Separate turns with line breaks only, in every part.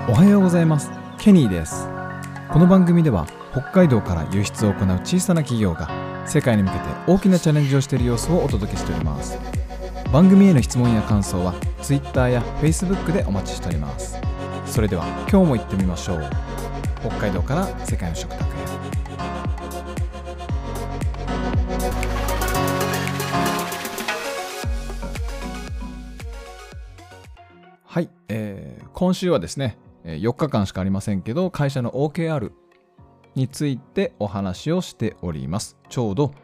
おはようございます。ケニーです。この番組では北海道から輸出を行う小さな企業が世界に向けて大きなチャレンジをしている様子をお届けしております。番組への質問や感想は Twitter や Facebook でお待ちしております。それでは今日も行ってみましょう。北海道から世界の食卓へ。はい、今週はですね4日間しかありませんけど、会社の OKR についてお話をしております。ちょうど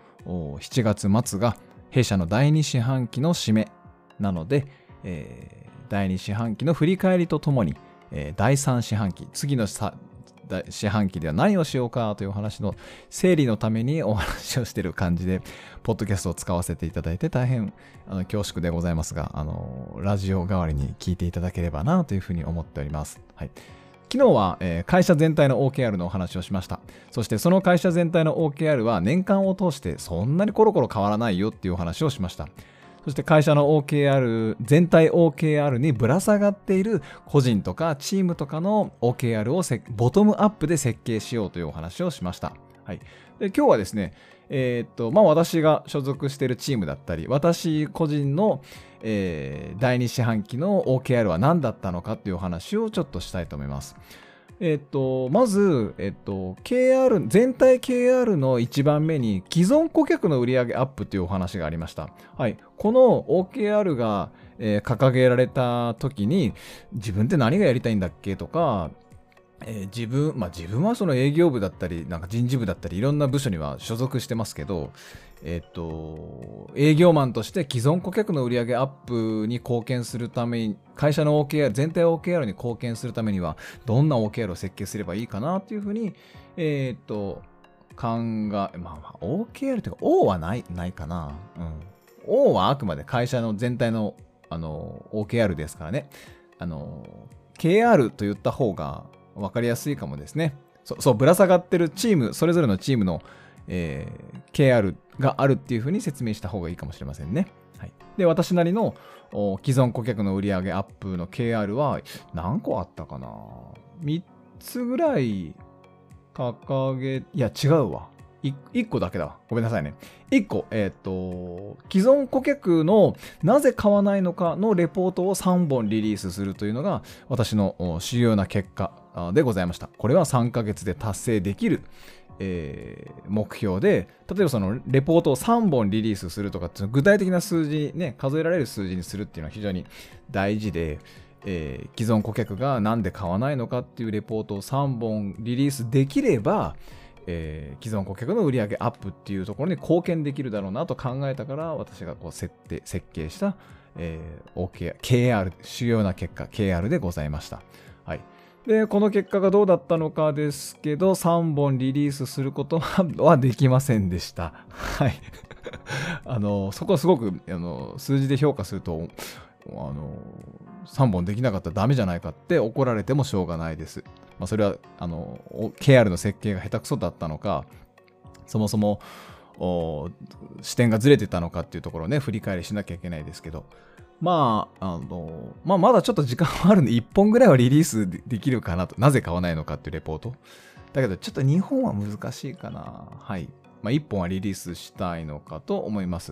7月末が弊社の第2四半期の締めなので、第2四半期の振り返りとともに、第3四半期、次の四半期では何をしようかというお話の整理のためにお話をしている感じで、ポッドキャストを使わせていただいて大変恐縮でございますが、ラジオ代わりに聞いていただければなというふうに思っております。はい。昨日は、会社全体の OKR のお話をしました。そしてその会社全体の OKR は年間を通してそんなにコロコロ変わらないよっていうお話をしました。そして会社の OKR、全体 OKR にぶら下がっている個人とかチームとかの OKR をボトムアップで設計しようというお話をしました。はい。で、今日はですね、私が所属しているチームだったり、私個人の、第2四半期の OKR は何だったのかっていうお話をちょっとしたいと思います。まず、KR、全体 KR の1番目に既存顧客の売上アップというお話がありました。はい。この OKR が、掲げられた時に、自分って何がやりたいんだっけとか、自分はその営業部だったり、なんか人事部だったり、いろんな部署には所属してますけど、営業マンとして既存顧客の売上アップに貢献するために、会社の OKR、全体 OKR に貢献するためには、どんな OKR を設計すればいいかなっていうふうに、OKR というか、O はないかな。O はあくまで会社の全体の、OKR ですからね。KR と言った方が分かりやすいかもですね。ぶら下がってるチーム、それぞれのチームの、KR があるっていうふうに説明した方がいいかもしれませんね。はい、で、私なりの既存顧客の売上アップの KR は何個あったかな ?3 つぐらいいや違うわ。1個だけだわ。ごめんなさいね。1個、既存顧客のなぜ買わないのかのレポートを3本リリースするというのが私の主要な結果でございました。これは3ヶ月で達成できる、目標で、例えばそのレポートを3本リリースするとかって具体的な数字ね、数えられる数字にするっていうのは非常に大事で、既存顧客がなんで買わないのかっていうレポートを3本リリースできれば、既存顧客の売上アップっていうところに貢献できるだろうなと考えたから、私がこう設計した、KR、主要な結果 KR でございました。はい。で、この結果がどうだったのかですけど、3本リリースすることはできませんでした。はい。そこはすごく数字で評価すると、3本できなかったらダメじゃないかって怒られてもしょうがないです。それはKR の設計が下手くそだったのか、そもそも視点がずれてたのかっていうところをね、振り返りしなきゃいけないですけど、まだちょっと時間はあるんで1本ぐらいはリリースできるかなと。なぜ買わないのかっていうレポートだけど、ちょっと2本は難しいかな。はい。1本はリリースしたいのかと思います。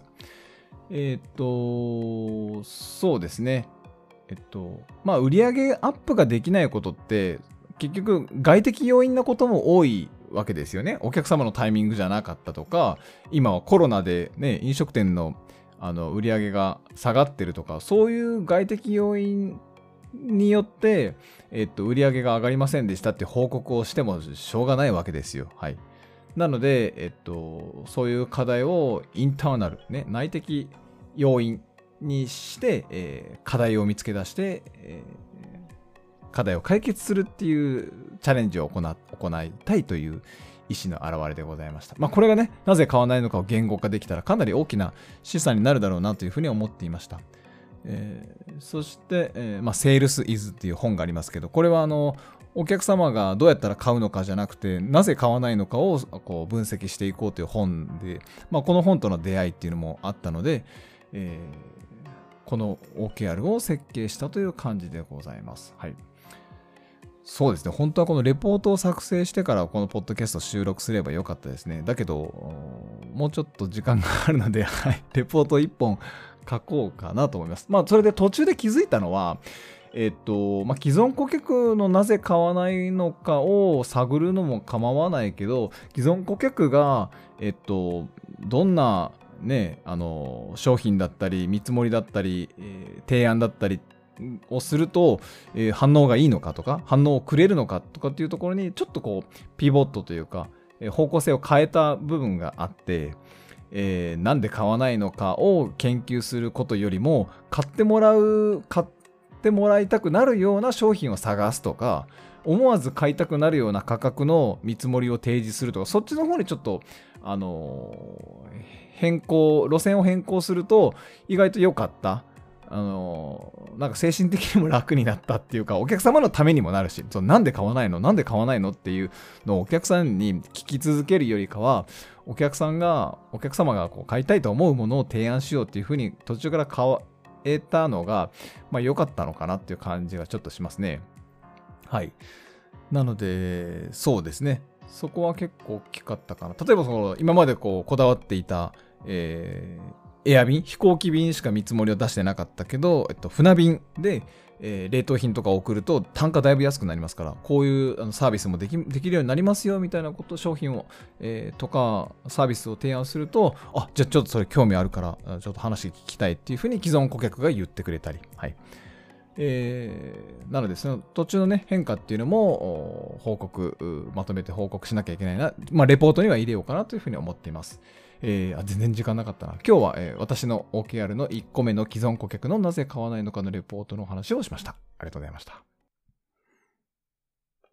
そうですね。売上アップができないことって、結局外的要因なことも多いわけですよね。お客様のタイミングじゃなかったとか、今はコロナでね、飲食店の売り上げが下がってるとか、そういう外的要因によって、売り上げが上がりませんでしたって報告をしてもしょうがないわけですよ。はい。なので、そういう課題をインターナル、ね、内的要因にして、課題を見つけ出して、課題を解決するっていうチャレンジを行いたいという意思の表れでございました。これがね、なぜ買わないのかを言語化できたらかなり大きな資産になるだろうなというふうに思っていました。そして、Sales is っていう本がありますけど、これはお客様がどうやったら買うのかじゃなくて、なぜ買わないのかをこう分析していこうという本で、この本との出会いっていうのもあったので、この OKR を設計したという感じでございます。はい。 そうですね。本当はこのレポートを作成してからこのポッドキャストを収録すればよかったですね。だけど、もうちょっと時間があるので、はい、レポート1本書こうかなと思います。まあ、それで途中で気づいたのは、既存顧客のなぜ買わないのかを探るのも構わないけど、既存顧客が、どんなね、商品だったり、見積もりだったり、提案だったりをすると、反応がいいのかとか、反応をくれるのかとかっていうところに、ちょっとこう、ピボットというか、方向性を変えた部分があって、なんで買わないのかを研究することよりも、買ってもらいたくなるような商品を探すとか、思わず買いたくなるような価格の見積もりを提示するとか、そっちの方にちょっと、路線を変更すると意外と良かった。なんか精神的にも楽になったっていうか、お客様のためにもなるし、なんで買わないのっていうのをお客さんに聞き続けるよりかは、お客様がこう買いたいと思うものを提案しようっていうふうに途中から変えたのが、まあ良かったのかなっていう感じがちょっとしますね。はい。なので、そうですね。そこは結構大きかったかな。例えば今までこだわっていた、エア便、飛行機便しか見積もりを出してなかったけど、船便で、冷凍品とか送ると単価だいぶ安くなりますから、こういうサービスもできるようになりますよみたいな商品を、とかサービスを提案すると、じゃあちょっとそれ興味あるから、ちょっと話聞きたいっていうふうに既存顧客が言ってくれたり、はい。なので、その途中のね、変化っていうのもまとめて報告しなきゃいけないな。まあ、レポートには入れようかなというふうに思っています。全然時間なかったな。今日は、私の OKR の1個目の既存顧客のなぜ買わないのかのレポートの話をしました。ありがとうございました。